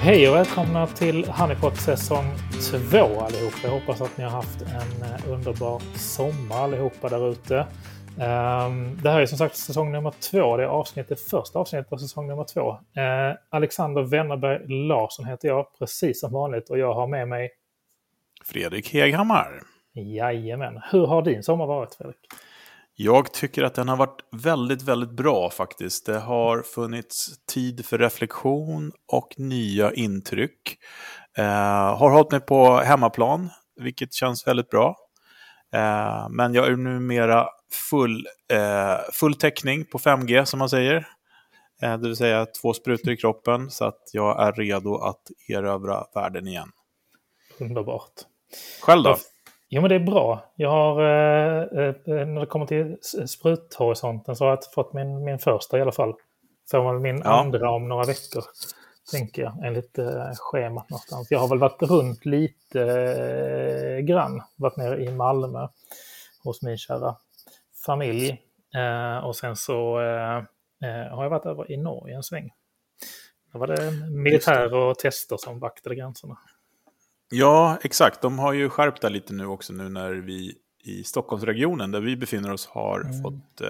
Hej och välkomna till Honeypot säsong 2 allihop. Jag hoppas att ni har haft en underbar sommar allihopa där ute. Det här är som sagt säsong nummer 2. Det är första avsnittet på säsong nummer 2. Alexander Wennerberg Larsson heter jag, precis som vanligt. Och jag har med mig Fredrik Heghammar. Jajamän. Hur har din sommar varit, Fredrik? Jag tycker att den har varit väldigt, väldigt bra faktiskt. Det har funnits tid för reflektion och nya intryck. Har hållit mig på hemmaplan, vilket känns väldigt bra. Men jag är numera full täckning på 5G som man säger. Det vill säga 2 sprutor i kroppen så att jag är redo att erövra världen igen. Underbart. Själv då? Jo, men det är bra. Jag har, när det kommer till spruthorisonten så har jag fått min första i alla fall. Får man min andra om några veckor, tänker jag, enligt schemat någonstans. Jag har väl varit runt lite grann, varit nere i Malmö hos min kära familj. Och sen så har jag varit över i Norge en sväng. Då var det militär och tester som vaktade gränserna. Ja, exakt. De har ju skärpt det lite nu också nu när vi i Stockholmsregionen där vi befinner oss har fått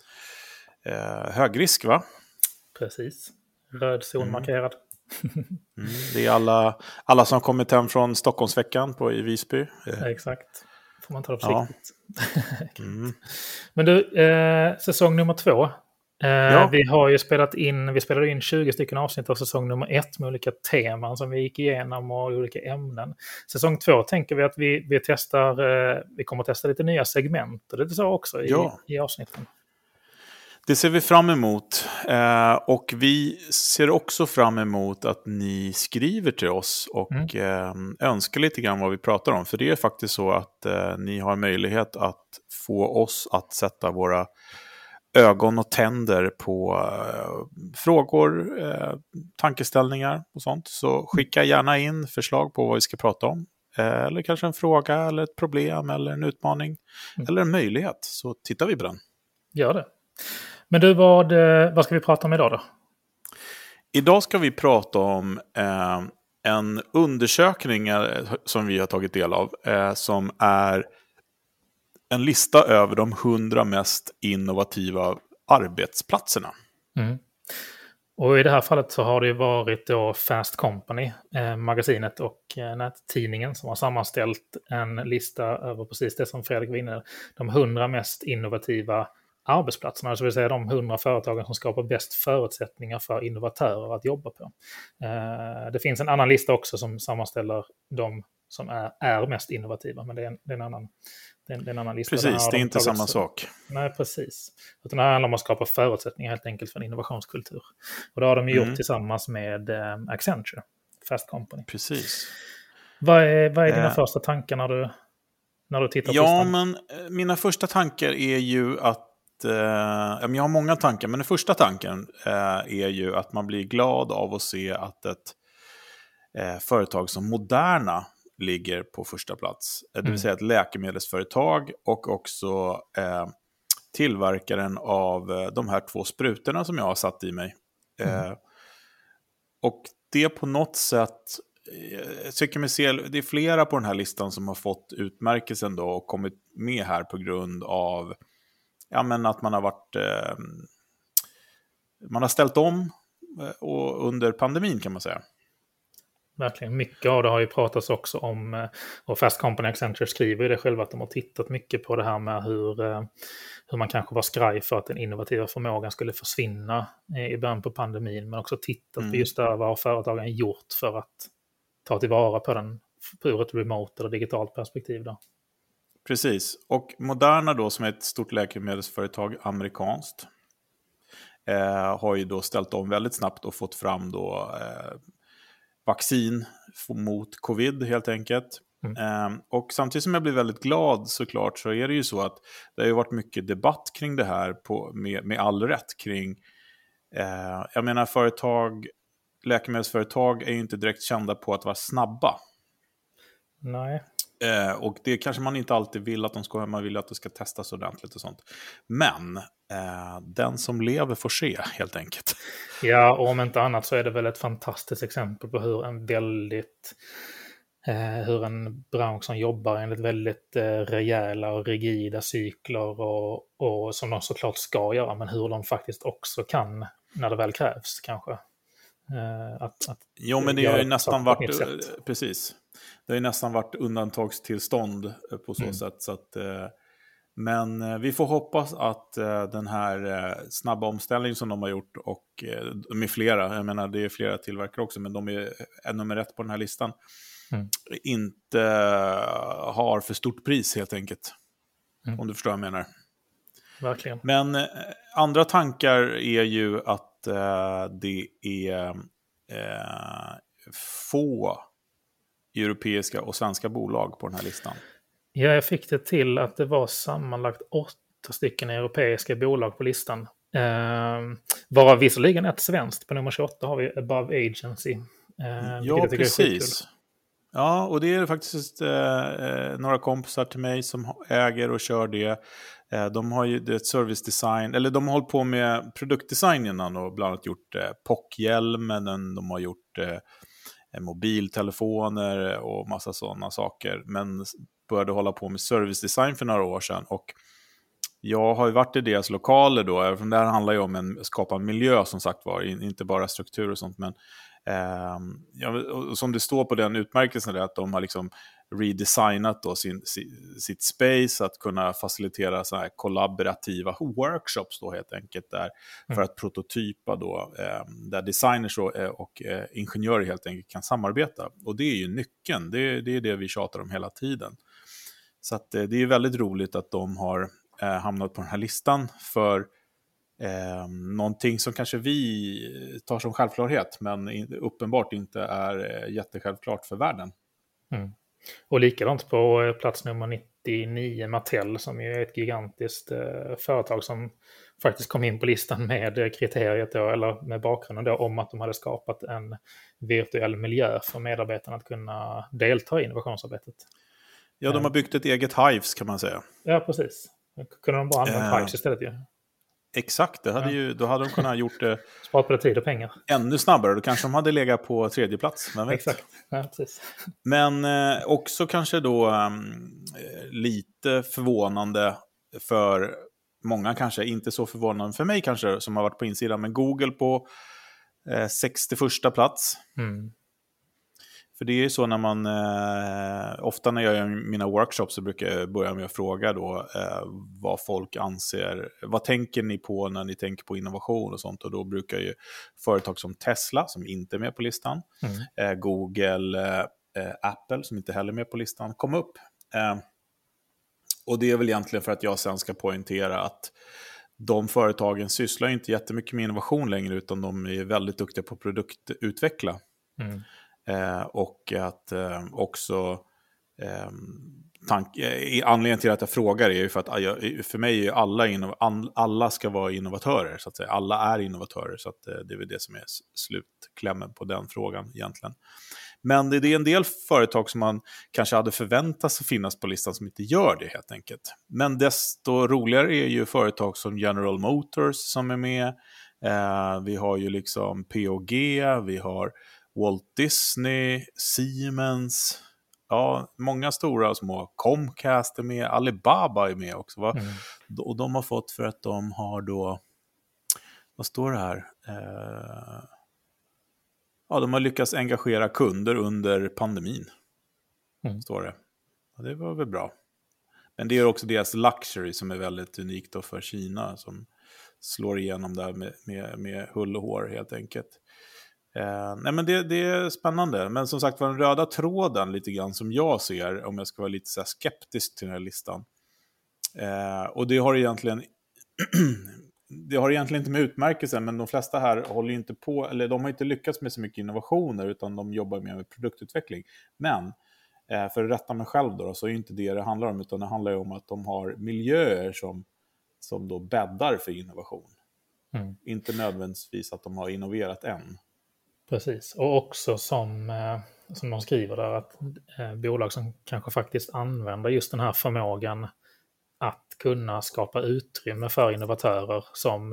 hög risk, va? Precis. Röd zon markerad. Det är alla som kommit hem från Stockholmsveckan i Visby. Exakt. Får man ta det försiktigt. Ja. Men du, säsong nummer 2. Vi har ju vi spelade in 20 stycken avsnitt av säsong nummer 1 med olika teman som vi gick igenom och olika ämnen. Säsong 2 tänker vi att vi testar, vi kommer att testa lite nya segment och det är så också i avsnitten. Det ser vi fram emot och vi ser också fram emot att ni skriver till oss och önskar lite grann vad vi pratar om. För det är faktiskt så att ni har möjlighet att få oss att sätta våra ögon och tänder på frågor, tankeställningar och sånt. Så skicka gärna in förslag på vad vi ska prata om. Eller kanske en fråga eller ett problem eller en utmaning. Eller en möjlighet. Så tittar vi på den. Gör det. Men du, vad ska vi prata om idag då? Idag ska vi prata om en undersökning som vi har tagit del av. Som är en lista över de 100 mest innovativa arbetsplatserna. Och i det här fallet så har det varit då Fast Company, magasinet och nättidningen som har sammanställt en lista över precis det som Fredrik var inne. De 100 mest innovativa arbetsplatserna, det vill säga de 100 företagen som skapar bäst förutsättningar för innovatörer att jobba på. Det finns en annan lista också som sammanställer de som är mest innovativa, men det är en annan lista. Precis, det är inte samma sak. Nej, precis. Utan det handlar om att skapa förutsättningar helt enkelt för en innovationskultur. Och det har de gjort tillsammans med Accenture, Fast Company. Precis. Vad är dina första tankar när du tittar på listan? Ja, men mina första tankar är ju att jag har många tankar, men den första tanken är ju att man blir glad av att se att ett företag som Moderna ligger på första plats. Det vill säga ett läkemedelsföretag och också tillverkaren av de här 2 sprutorna som jag har satt i mig. Och det på något sätt, jag tycker mig se, det är flera på den här listan som har fått utmärkelsen då och kommit med här på grund av att man har varit man har ställt om och under pandemin kan man säga. Verkligen, mycket av det har ju pratats också om, och Fast Company Accenture skriver ju det själva att de har tittat mycket på det här med hur man kanske var skraj för att den innovativa förmågan skulle försvinna i början på pandemin, men också tittat på just det här, vad företagen gjort för att ta tillvara på den ur ett remote eller digitalt perspektiv då. Precis, och Moderna då som är ett stort läkemedelsföretag amerikanskt har ju då ställt om väldigt snabbt och fått fram då vaccin mot covid helt enkelt. Och samtidigt som jag blir väldigt glad såklart så är det ju så att det har ju varit mycket debatt kring det här med all rätt kring jag menar läkemedelsföretag är ju inte direkt kända på att vara snabba. Nej. Och det kanske man inte alltid vill att de ska, man vill att det ska testas ordentligt och sånt. Men den som lever får se, helt enkelt. Ja, och om inte annat så är det väl ett fantastiskt exempel på hur hur en bransch som jobbar enligt väldigt rejäla och rigida cykler och som de såklart ska göra, men hur de faktiskt också kan, när det väl krävs kanske. Jo, men det har ju nästan varit, precis. Det har ju nästan varit undantagstillstånd på så sätt. Så att, men vi får hoppas att den här snabba omställningen som de har gjort, och med flera, jag menar det är flera tillverkare också, men de är nummer 1 på den här listan, inte har för stort pris helt enkelt. Om du förstår vad jag menar. Verkligen. Men andra tankar är ju att det är få europeiska och svenska bolag på den här listan. Ja, jag fick det till att det var sammanlagt 8 stycken europeiska bolag på listan. Varav visserligen ett svenskt. På nummer 28 har vi Above Agency. Ja, precis. Ja, och det är faktiskt några kompisar till mig som äger och kör det. De har ju ett service design, eller de har hållit på med produktdesign innan och bland annat gjort POC-hjälmen, de har gjort mobiltelefoner och massa sådana saker, men började hålla på med service design för några år sedan, och jag har ju varit i deras lokaler då, eftersom det här handlar ju om skapa en miljö som sagt var, inte bara struktur och sånt, men som det står på den utmärkelsen är att de har liksom redesignat då sitt space att kunna facilitera så här kollaborativa workshops då helt enkelt där, för att prototypa då, där designers och ingenjörer helt enkelt kan samarbeta, och det är ju nyckeln, det är det vi tjatar om hela tiden. Så att det är väldigt roligt att de har hamnat på den här listan, för någonting som kanske vi tar som självklarhet, men uppenbart inte är jättesjälvklart för världen. Och likadant på plats nummer 99, Mattel, som ju är ett gigantiskt företag som faktiskt kom in på listan med kriteriet då, eller med bakgrunden då, om att de hade skapat en virtuell miljö för medarbetarna att kunna delta i innovationsarbetet. Ja, de har byggt ett eget Hives kan man säga. Ja, precis. Kunde de bara använda Hives istället ju. Exakt, då hade de kunnat gjort det sparat både tid och pengar. Ännu snabbare, då kanske de hade legat på 3:e plats. Exakt, ja, precis. Men också kanske då lite förvånande för många, kanske inte så förvånande för mig kanske som har varit på insidan, men Google på 61:a plats. För det är ju så när man, ofta när jag gör mina workshops så brukar jag börja med att fråga då vad folk anser, vad tänker ni på när ni tänker på innovation och sånt, och då brukar ju företag som Tesla, som inte är med på listan, Google, Apple, som inte heller är med på listan, komma upp. Och det är väl egentligen för att jag sen ska poängtera att de företagen sysslar inte jättemycket med innovation längre, utan de är väldigt duktiga på produktutveckla. Och att också anledningen till att jag frågar är ju för att för mig är alla ska vara innovatörer, så att säga. Alla är innovatörer, så att det är väl det som är slutklämmen på den frågan egentligen. Men det är en del företag som man kanske hade förväntat sig finnas på listan som inte gör det helt enkelt. Men desto roligare är ju företag som General Motors som är med. Vi har ju liksom POG, vi har Walt Disney, Siemens, ja, många stora och små. Comcast är med, Alibaba är med också. Va? Och de har fått för att de har då, vad står det här? Ja, de har lyckats engagera kunder under pandemin, står det. Ja, det var väl bra. Men det är också deras luxury som är väldigt unikt då för Kina, som slår igenom där med hull och hår helt enkelt. Nej, men det är spännande. Men som sagt var, den röda tråden lite grann som jag ser, om jag ska vara lite så här skeptisk till den här listan. Och det har egentligen inte med utmärkelsen, men de flesta här håller inte på, eller de har inte lyckats med så mycket innovationer, utan de jobbar mer med produktutveckling. Men för att rätta mig själv då, så är inte det handlar om, utan det handlar ju om att de har miljöer som då bäddar för innovation. Inte nödvändigtvis att de har innoverat än. Precis, och också som som de skriver där, att bolag som kanske faktiskt använder just den här förmågan att kunna skapa utrymme för innovatörer som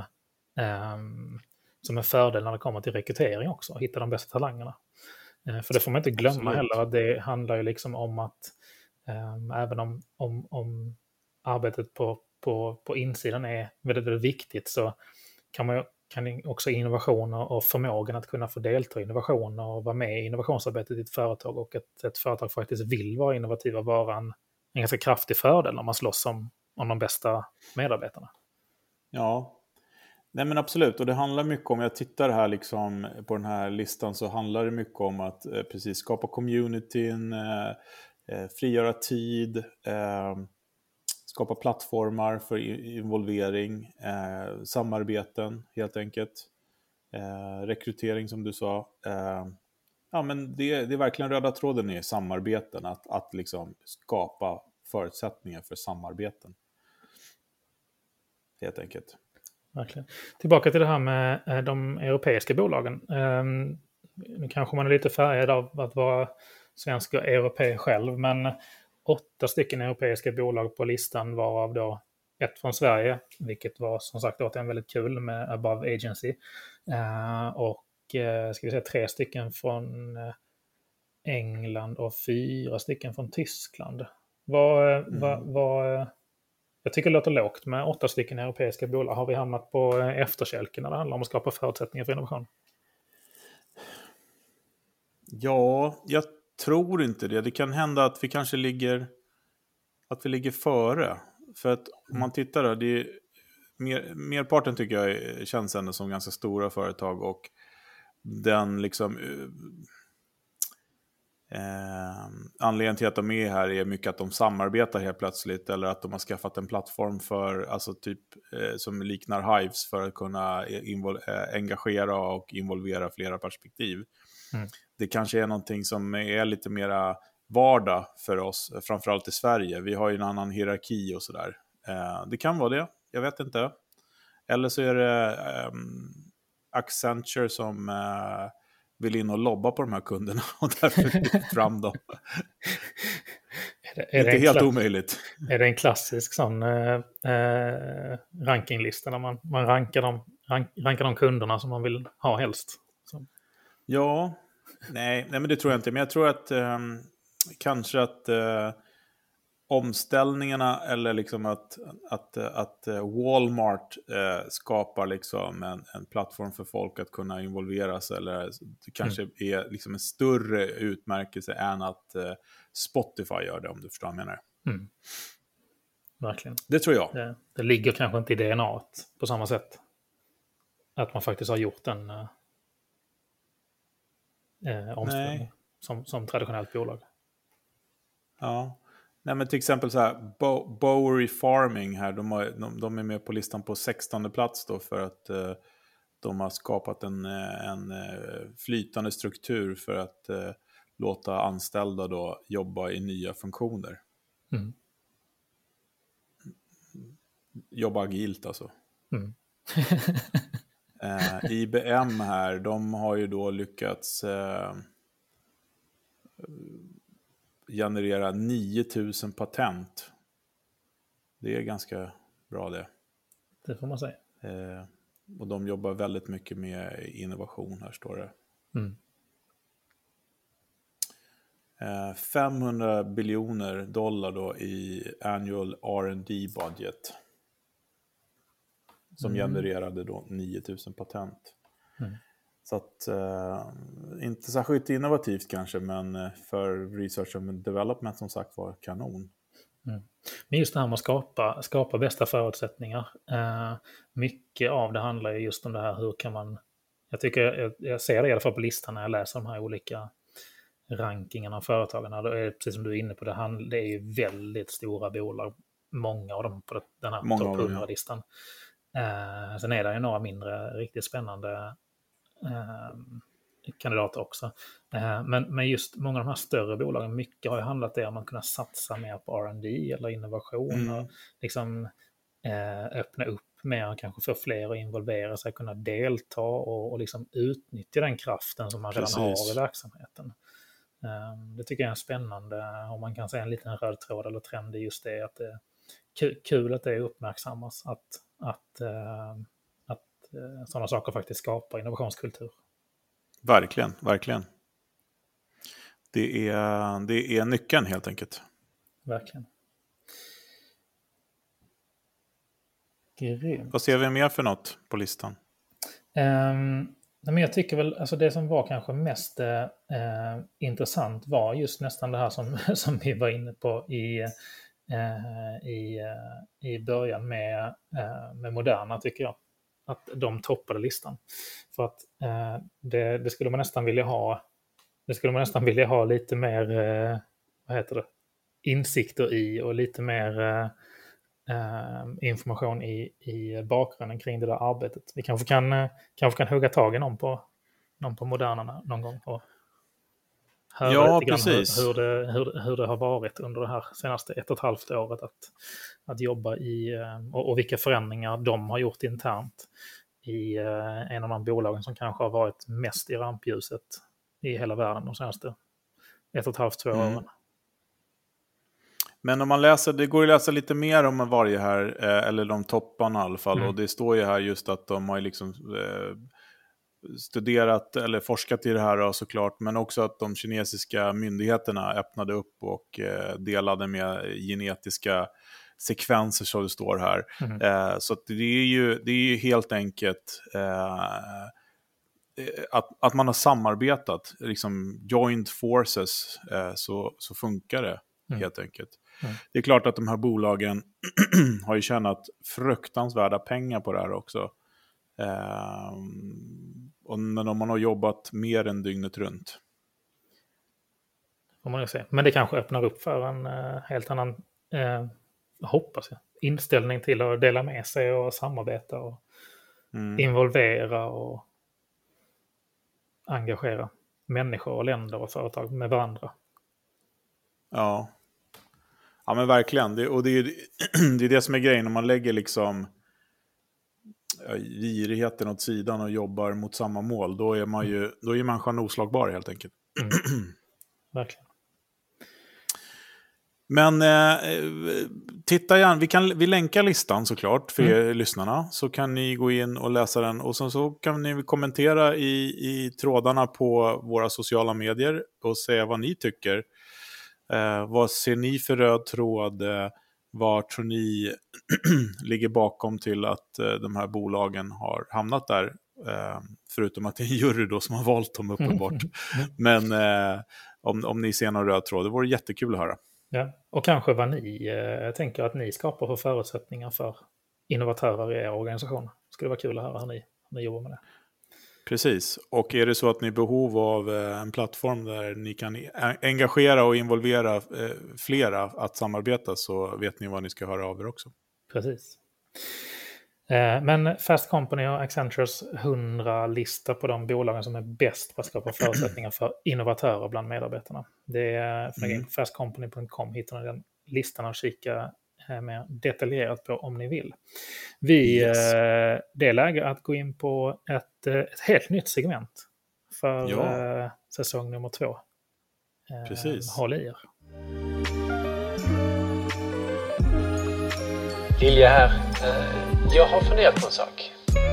en fördel när det kommer till rekrytering också, att hitta de bästa talangerna. För det får man inte glömma heller, att det handlar ju liksom om att även om arbetet på insidan är väldigt, väldigt viktigt, så kan också innovationer och förmågan att kunna få delta i innovationer och vara med i innovationsarbetet i ett företag, och ett företag faktiskt vill vara innovativa, vara en ganska kraftig fördel om man slåss om de bästa medarbetarna. Ja, nej men absolut. Och det handlar mycket om, jag tittar här liksom på den här listan, så handlar det mycket om att precis skapa communityn, frigöra tid, skapa plattformar för involvering, samarbeten helt enkelt, rekrytering som du sa. Ja, men det är verkligen röda tråden i samarbeten, att liksom skapa förutsättningar för samarbeten. Helt enkelt. Verkligen. Tillbaka till det här med de europeiska bolagen. Nu kanske man är lite färgad av att vara svensk och europé själv, men 8 stycken europeiska bolag på listan, varav då ett från Sverige, vilket var som sagt en väldigt kul med Above Agency. Och ska vi säga 3 stycken från England och 4 stycken från Tyskland. Jag tycker det låter lågt med 8 stycken europeiska bolag. Har vi hamnat på efterkälken när det handlar om att skapa förutsättningar för innovation? Ja, jag tror inte det. Det kan hända att vi kanske ligger före. För att om man tittar då, det är merparten tycker jag känns ändå som ganska stora företag, och den liksom anledningen till att de är här är mycket att de samarbetar helt plötsligt, eller att de har skaffat en plattform för, alltså typ som liknar Hives, för att kunna engagera och involvera flera perspektiv. Det kanske är någonting som är lite mera vardag för oss, framförallt i Sverige. Vi har ju en annan hierarki och sådär. Det kan vara det, jag vet inte. Eller så är det Accenture som vill in och lobba på de här kunderna och därför lyfter fram dem. Är det inte helt omöjligt. Är det en klassisk sån rankinglista där man rankar de kunderna som man vill ha helst? Så. Ja, nej, men det tror jag inte. Men jag tror att kanske att omställningarna, eller liksom att Walmart skapar liksom en plattform för folk att kunna involveras, eller det kanske är liksom en större utmärkelse än att Spotify gör det, om du förstår vad jag menar. Verkligen. Det tror jag. Det ligger kanske inte i DNA på samma sätt. Att man faktiskt har gjort en omställning som traditionellt bolag. Ja. Nej, men till exempel så här, Bowery Farming här, de är med på listan på 16:e plats då, för att de har skapat en flytande struktur för att låta anställda då jobba i nya funktioner. Jobba agilt alltså. IBM här, de har ju då lyckats generera 9000 patent. Det är ganska bra det. Det får man säga. Och de jobbar väldigt mycket med innovation, här står det. 500 biljoner dollar då i annual R&D budget. Som genererade då 9000 patent. Så att, inte särskilt innovativt kanske, men för research and development som sagt var kanon. Men just det här med att skapa bästa förutsättningar. Mycket av det handlar ju just om det här, hur kan man... Jag ser det i alla fall på listan när jag läser de här olika rankingarna av företagarna. Då är det, precis som du är inne på, det är ju väldigt stora bolag. Många av dem på den här topp 100-listan. Sen är det ju några mindre riktigt spännande kandidater också. Men just många av de här större bolagen, mycket har ju handlat om att man kunna satsa mer på R&D eller innovation och liksom öppna upp mer, kanske för fler att involvera sig, kunna delta och liksom utnyttja den kraften som man redan har i verksamheten. Det tycker jag är spännande, om man kan säga en liten röd tråd eller trend i just det, att det är kul att det uppmärksammas, att sådana saker faktiskt skapar innovationskultur. Verkligen, verkligen. Det är nyckeln helt enkelt. Verkligen. Grymt. Vad ser vi mer för något på listan? Men jag tycker väl, alltså det som var kanske mest intressant var just nästan det här som vi var inne på i början med Moderna, tycker jag. Att de toppade listan. För att det skulle man nästan vilja ha. Det skulle man nästan vilja ha lite mer insikter i, och lite mer information i bakgrunden kring det där arbetet. Vi kanske kan hugga tag i någon på Moderna någon gång och höra lite grann hur det har varit under det här senaste 1,5 året att jobba i, och vilka förändringar de har gjort internt i en av de bolagen som kanske har varit mest i rampljuset i hela världen de senaste 1,5-2 åren. Men om man läser, det går att läsa lite mer om varje här, eller de topparna i alla fall, och det står ju här just att de har liksom studerat eller forskat i det här då, såklart, men också att de kinesiska myndigheterna öppnade upp och delade med genetiska sekvenser, så det står här. Så att det är ju helt enkelt att man har samarbetat, liksom joint forces, så funkar det helt enkelt. Det är klart att de här bolagen har ju tjänat fruktansvärda pengar på det här också. Men om man har jobbat mer än dygnet runt. Får man ju se. Men det kanske öppnar upp för en helt annan, hoppas jag, inställning till att dela med sig och samarbeta och involvera och engagera människor och länder och företag med varandra. Ja, men verkligen. Det är det som är grejen, om man lägger liksom girigheten åt sidan och jobbar mot samma mål, då är människan oslagbar helt enkelt. Verkligen. Men titta gärna, vi länkar listan såklart för er lyssnarna, så kan ni gå in och läsa den, och så kan ni kommentera i trådarna på våra sociala medier och säga vad ni tycker. Vad ser ni för röd tråd? Vad tror ni ligger bakom till att de här bolagen har hamnat där? Förutom att det är en jury då som har valt dem uppenbart. Men om ni ser någon röd tråd, det vore jättekul att höra. Ja, och kanske vad ni tänker att ni skapar för förutsättningar för innovatörer i er organisation. Det skulle vara kul att höra hur ni jobbar med det. Precis, och är det så att ni är i behov av en plattform där ni kan engagera och involvera flera att samarbeta, så vet ni vad ni ska höra av er också. Precis. Men Fast Company och Accentures 100-lista på de bolagen som är bäst på att skapa förutsättningar för innovatörer bland medarbetarna. Det är fastcompany.com, hittar ni den listan och kika mer detaljerat på om ni vill. Det är läge att gå in på ett helt nytt segment för säsong nummer 2. Precis. Håll i er. Lilja här. Jag har funderat på en sak.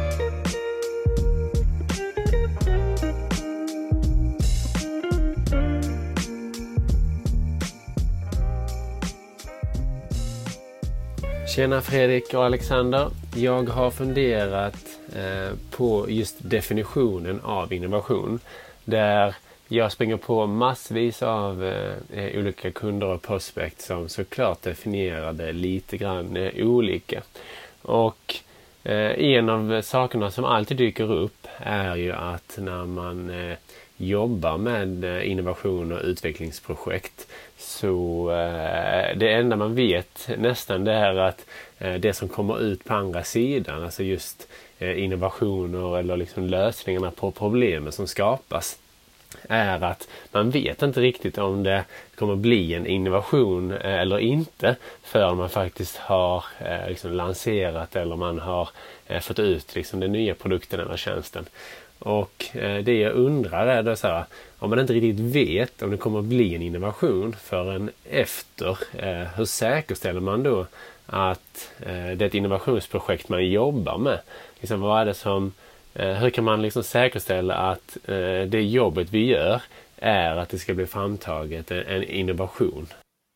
Tjena Fredrik och Alexander. Jag har funderat på just definitionen av innovation. Där jag springer på massvis av olika kunder och prospect som såklart definierade lite grann olika. Och en av sakerna som alltid dyker upp är ju att när man jobbar med innovation och utvecklingsprojekt, så det enda man vet nästan det är att det som kommer ut på andra sidan, alltså just innovationer eller liksom lösningarna på problemen som skapas, är att man vet inte riktigt om det kommer bli en innovation eller inte förrän man faktiskt har liksom lanserat eller man har fått ut liksom den nya produkten eller tjänsten. Och det jag undrar är då så här, om man inte riktigt vet om det kommer att bli en innovation förrän efter, hur säkerställer man då att det är ett innovationsprojekt man jobbar med? Liksom, vad är det som, hur kan man liksom säkerställa att det jobbet vi gör är att det ska bli framtaget en innovation?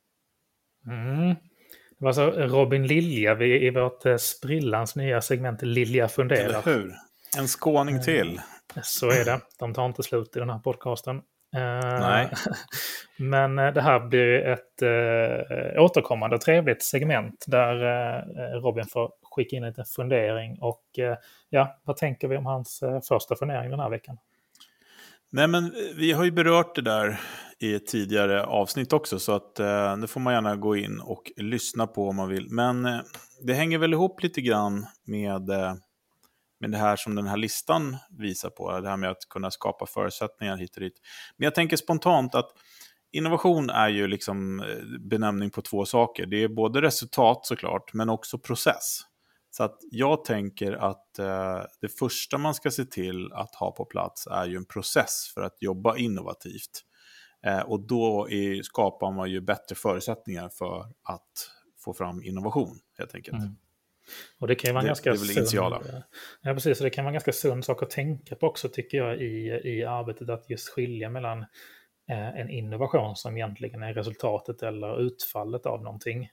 Det var så Robin Lilja i vårt sprillans nya segment Lilja funderar. Eller hur? En skåning till. Så är det. De tar inte slut i den här podcasten. Nej. Men det här blir ett återkommande trevligt segment där Robin får skicka in lite fundering. Och vad tänker vi om hans första fundering den här veckan? Nej, men vi har ju berört det där i ett tidigare avsnitt också, så att det får man gärna gå in och lyssna på om man vill. Men det hänger väl ihop lite grann med det här som den här listan visar på, det här med att kunna skapa förutsättningar hit och dit. Men jag tänker spontant att innovation är ju liksom benämning på två saker. Det är både resultat såklart, men också process. Så att jag tänker att det första man ska se till att ha på plats är ju en process för att jobba innovativt. Och då skapar man ju bättre förutsättningar för att få fram innovation helt enkelt. Och det kan ju vara ganska det är väl initiala. Ja, precis. Och det kan vara en ganska sund sak att tänka på också, tycker jag, i arbetet, att just skilja mellan en innovation som egentligen är resultatet eller utfallet av någonting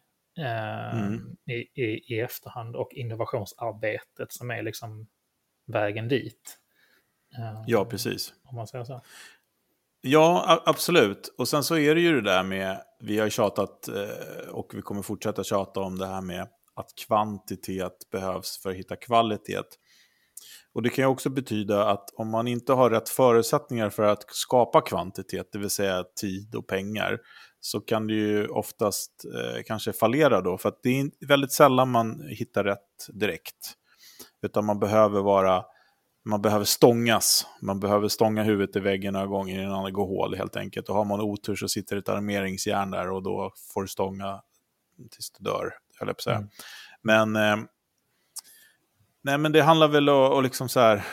i efterhand, och innovationsarbetet som är liksom vägen dit. Ja, precis. Om man säger så. Ja, absolut. Och sen så är det ju det där med, vi har tjatat och vi kommer fortsätta tjata om det här med att kvantitet behövs för att hitta kvalitet. Och det kan ju också betyda att om man inte har rätt förutsättningar för att skapa kvantitet, det vill säga tid och pengar, så kan det ju oftast kanske fallera då. För att det är väldigt sällan man hittar rätt direkt. Utan man behöver stångas. Man behöver stånga huvudet i väggen några gånger innan det går hål helt enkelt. Och har man otur så sitter ett armeringsjärn där och då får du stånga tills du dör, höll jag på att säga. Men det handlar väl om liksom så här,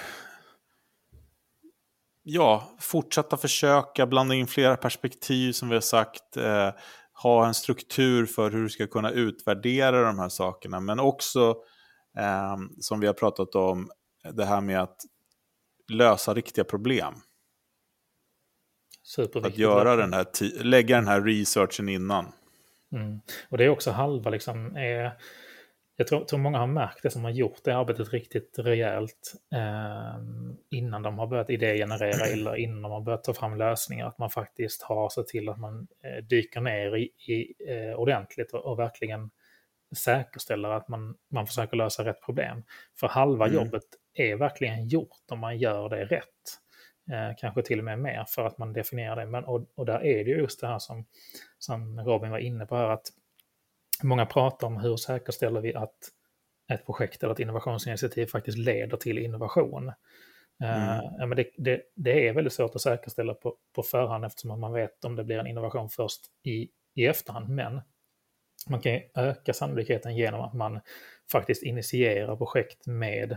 fortsätta försöka blanda in flera perspektiv som vi har sagt, ha en struktur för hur du ska kunna utvärdera de här sakerna, men också som vi har pratat om, det här med att lösa riktiga problem. Superviktigt. Att göra lägga den här researchen innan. Och det är också halva liksom, jag tror många har märkt det som har gjort det arbetet riktigt rejält innan de har börjat idégenerera eller innan de har börjat ta fram lösningar, att man faktiskt har sett till att man dyker ner i ordentligt och verkligen säkerställer att man försöker lösa rätt problem. För halva jobbet är verkligen gjort om man gör det rätt. Kanske till och med mer, för att man definierar det. Och där är det just det här som Robin var inne på här, att många pratar om hur säkerställer vi att ett projekt eller ett innovationsinitiativ faktiskt leder till innovation. Men det är väldigt svårt att säkerställa på förhand, eftersom man vet om det blir en innovation först i efterhand. Men man kan öka sannolikheten genom att man faktiskt initierar projekt med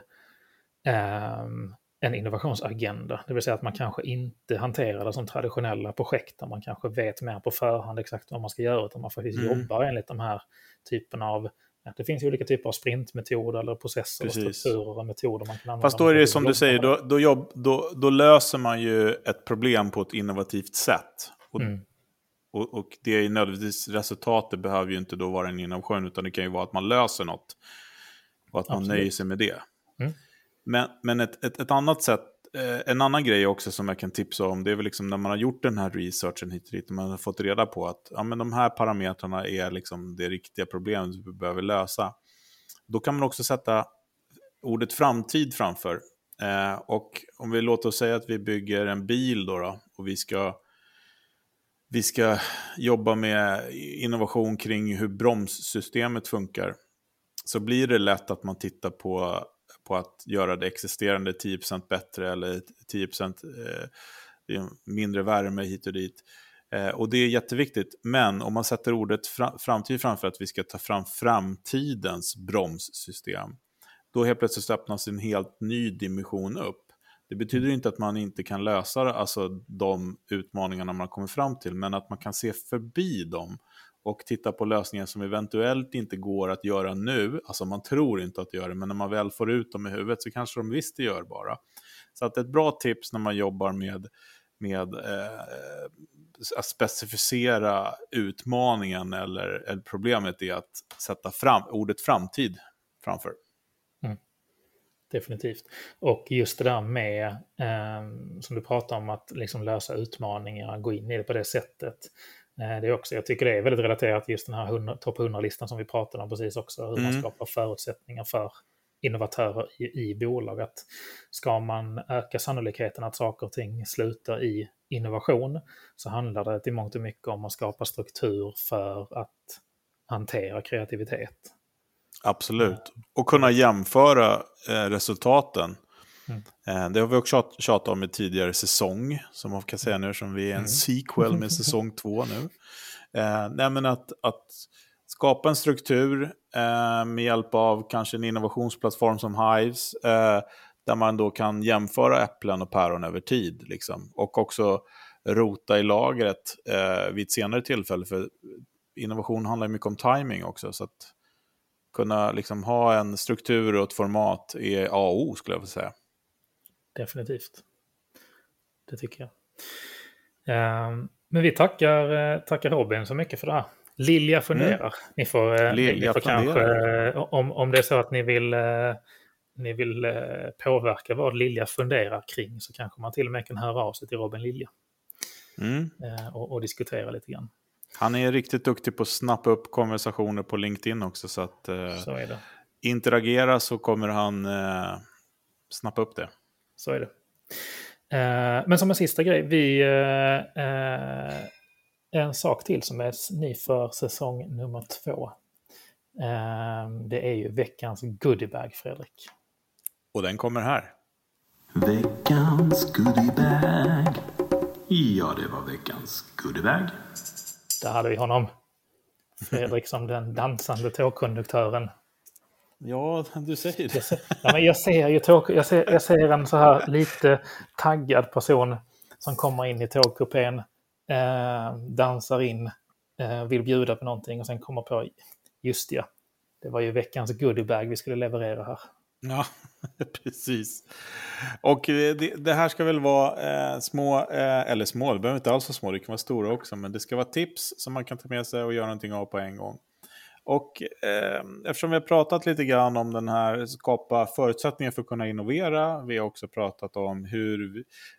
en innovationsagenda. Det vill säga att man kanske inte hanterar det som traditionella projekt där man kanske vet mer på förhand exakt vad man ska göra, utan man faktiskt jobbar enligt de här typerna av, det finns ju olika typer av sprintmetoder eller processer och strukturer och metoder man kan använda. Fast då är det som du säger, då löser man ju ett problem på ett innovativt sätt. Och det är nödvändigtvis, resultatet behöver ju inte då vara en innovation, utan det kan ju vara att man löser något och att man nöjer sig med det. Men ett annat sätt, en annan grej också som jag kan tipsa om, det är väl liksom när man har gjort den här researchen hit och dit, och man har fått reda på att men de här parametrarna är liksom det riktiga problemet vi behöver lösa. Då kan man också sätta ordet framtid framför. Och om vi låter oss säga att vi bygger en bil då och vi ska jobba med innovation kring hur bromssystemet funkar, så blir det lätt att man tittar på att göra det existerande 10% bättre eller 10% mindre värme hit och dit. Och det är jätteviktigt. Men om man sätter ordet framtid framför att vi ska ta fram framtidens bromssystem, då helt plötsligt öppnas en helt ny dimension upp. Det betyder inte att man inte kan lösa alltså, de utmaningarna man kommer fram till, men att man kan se förbi dem och titta på lösningar som eventuellt inte går att göra nu. Alltså man tror inte att det gör det, men när man väl får ut dem i huvudet så kanske de visst det gör bara. Så att ett bra tips när man jobbar med att specificera utmaningen eller problemet är att sätta fram ordet framtid framför. Definitivt. Och just det där med, som du pratar om, att liksom lösa utmaningar, gå in i det på det sättet. Det är också, jag tycker det är väldigt relaterat till just den här topp 100-listan som vi pratade om precis också. Hur man skapar förutsättningar för innovatörer i bolag. Att ska man öka sannolikheten att saker och ting slutar i innovation, så handlar det till mångt och mycket om att skapa struktur för att hantera kreativitet. Absolut. Och kunna jämföra resultaten. Det har vi också tjatat om i tidigare säsong, som man kan säga nu, som vi är en sequel med säsong 2 nu. Nej, men att skapa en struktur med hjälp av kanske en innovationsplattform som Hives, där man då kan jämföra äpplen och päron över tid. Liksom. Och också rota i lagret vid ett senare tillfälle, för innovation handlar mycket om timing också, så att kunna liksom ha en struktur och ett format är A och O, skulle jag vilja säga. Definitivt. Det tycker jag. Men vi tackar Robin så mycket för det här. Lilja funderar. Ni får kanske, om det är så att ni vill påverka vad Lilja funderar kring, så kanske man till och med kan höra av sig till Robin Lilja. Och diskutera lite grann. Han är riktigt duktig på att snappa upp konversationer på LinkedIn också, så att så är det. Interagera så kommer han snappa upp det. Så är det. Men som en sista grej, en sak till som är ny för säsong nummer 2. Det är ju veckans goodiebag, Fredrik. Och den kommer här. Veckans goodiebag. Ja, det var veckans goodiebag. Där hade vi honom. Fredrik som den dansande tågkonduktören. Ja, du säger det. Jag ser en så här lite taggad person som kommer in i tågkupén, dansar in, vill bjuda på någonting och sen kommer på, just ja, det var ju veckans goodiebag vi skulle leverera här. Ja, precis. Och det här ska väl vara små, eller små, det behöver inte alls vara små, det kan vara stora också, men det ska vara tips som man kan ta med sig och göra någonting av på en gång. Och eftersom vi har pratat lite grann om den här skapa förutsättningar för att kunna innovera, vi har också pratat om hur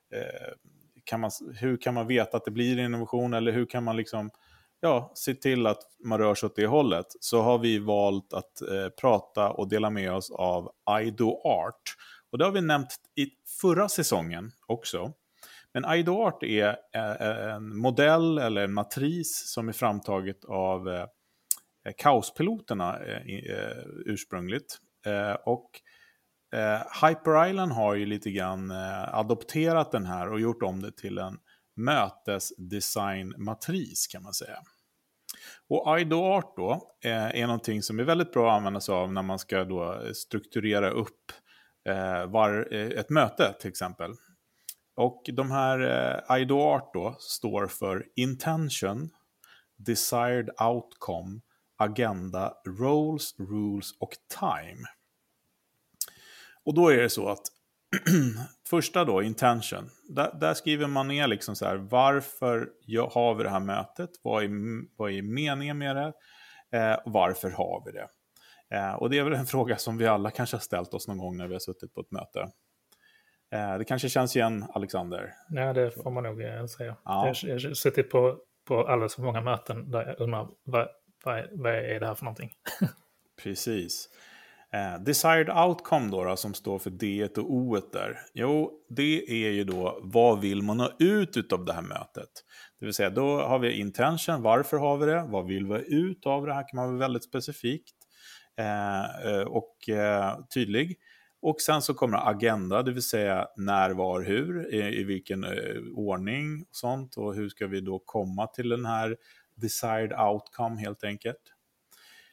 kan man veta att det blir innovation, eller hur kan man liksom se till att man rör sig åt det hållet, så har vi valt att prata och dela med oss av IDOART. Och det har vi nämnt i förra säsongen också. Men IDOART är en modell eller en matris som är framtaget av Kaospiloterna ursprungligt. Och Hyper Island har ju lite grann adopterat den här och gjort om det till en mötesdesignmatris, kan man säga. Och IDOART då är någonting som är väldigt bra att använda sig av när man ska då strukturera upp ett möte till exempel. Och de här IDOART då står för Intention, Desired Outcome, Agenda, Roles, Rules och Time. Och då är det så att första då, intention, där skriver man ner liksom så här, varför har vi det här mötet, vad är meningen med det, varför har vi det. Och det är väl en fråga som vi alla kanske har ställt oss någon gång när vi har suttit på ett möte. Det kanske känns igen, Alexander. Ja, det får man nog säga. Ja. Jag har suttit på alldeles för många möten där jag undrar vad är det här för någonting. Precis. Desired outcome då, som står för D och O där. Jo, det är ju då, vad vill man ha ut av det här mötet? Det vill säga, då har vi intention, varför har vi det? Vad vill vi ha ut av det här? Kan man vara väldigt specifikt och tydlig. Och sen så kommer agenda, det vill säga när, var, hur, i vilken ordning och sånt. Och hur ska vi då komma till den här desired outcome helt enkelt.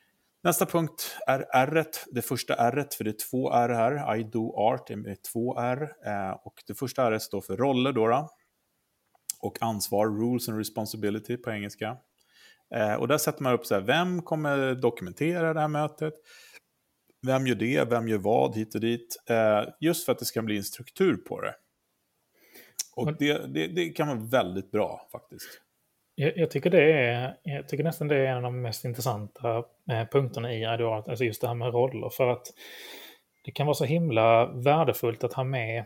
Nästa punkt är R. Det första R, för det är 2 R här. I do art är 2 R. Och det första R står för roller då. Och ansvar, rules and responsibility på engelska. Och där sätter man upp så här, vem kommer dokumentera det här mötet? Vem gör det? Vem gör vad hit och dit? Just för att det ska bli en struktur på det. Och det kan vara väldigt bra faktiskt. Jag tycker nästan det är en av de mest intressanta punkterna i I do art, alltså just det här med roller. För att det kan vara så himla värdefullt att ha med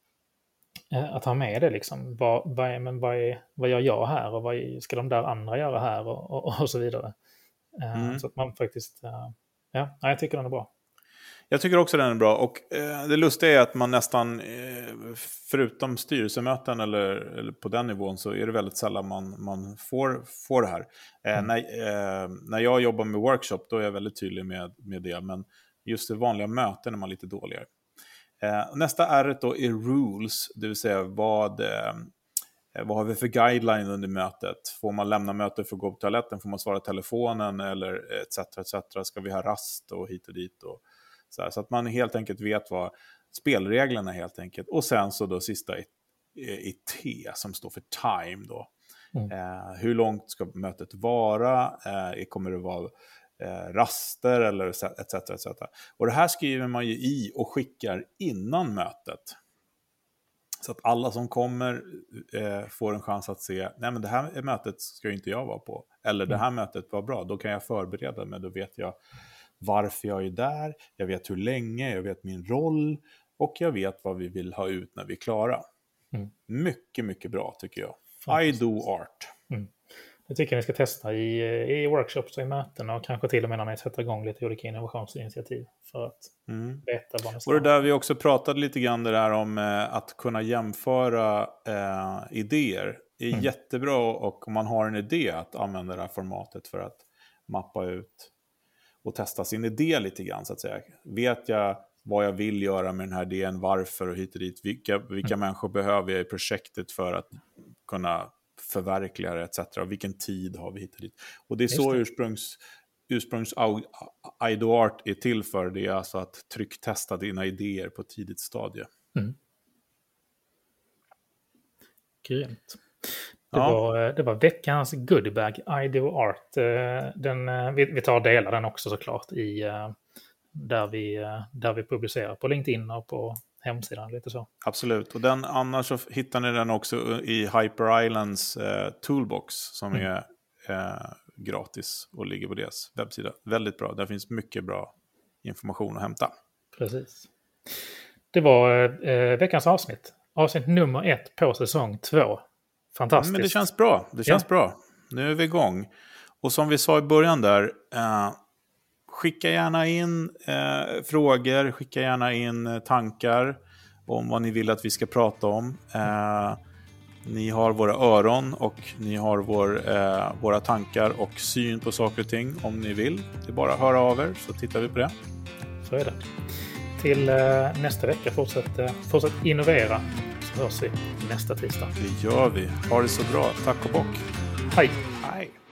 det liksom. Vad gör jag här och vad ska de där andra göra här och så vidare. Så att man faktiskt, jag tycker den är bra. Jag tycker också den är bra, och det lustiga är att man nästan, förutom styrelsemöten eller på den nivån, så är det väldigt sällan man får det här. När jag jobbar med workshop, då är jag väldigt tydlig med det, men just det vanliga möten är man lite dåligare. Nästa R då är rules, det vill säga vad har vi för guideline under mötet? Får man lämna mötet för att gå på toaletten? Får man svara telefonen? Eller etc. Ska vi ha rast och hit och dit? Och så att man helt enkelt vet vad spelreglerna är helt enkelt. Och sen så då sista i T som står för time då. Hur långt ska mötet vara? Kommer det vara raster eller etc. Och det här skriver man ju i och skickar innan mötet. Så att alla som kommer får en chans att se, nej men det här mötet ska ju inte jag vara på. Eller det här mötet var bra, då kan jag förbereda mig, då vet jag varför jag är där, jag vet hur länge, jag vet min roll och jag vet vad vi vill ha ut när vi är klara. Mycket, mycket bra tycker jag. Fantastiskt. I do art. Jag tycker ni ska testa i workshops och i möten och kanske till och med när ni sätter igång lite olika innovationsinitiativ för att veta vad ni ska. Och det där vi också pratade lite grann det där om att kunna jämföra idéer. Det är jättebra, och om man har en idé att använda det här formatet för att mappa ut och testa sin idé lite grann så att säga. Vet jag vad jag vill göra med den här idén, varför och hit och dit. Vilka människor behöver jag i projektet för att kunna förverkliga det etc. Och vilken tid har vi hit och dit. Och det är så ursprungs I do art är till för. Det är alltså att trycktesta dina idéer på ett tidigt stadie. Grymt. Det var veckans goodiebag, I do art. Vi tar och delar den också såklart i där vi publicerar på LinkedIn och på hemsidan lite så. Absolut, och annars så hittar ni den också i Hyper Islands toolbox som är gratis och ligger på deras webbsida. Väldigt bra, där finns mycket bra information att hämta. Precis. Det var veckans avsnitt nummer 1 på säsong 2. Fantastiskt. Men det känns bra. Nu är vi igång. Och som vi sa i början där, skicka gärna in frågor, skicka gärna in tankar om vad ni vill att vi ska prata om. Ni har våra öron och ni har våra tankar och syn på saker och ting om ni vill. Det är bara att höra av er så tittar vi på det. Så är det. Till nästa vecka, fortsätt innovera, så hörs vi nästa tisdag. Det gör vi. Ha det så bra. Tack och bock. Hej. Hej.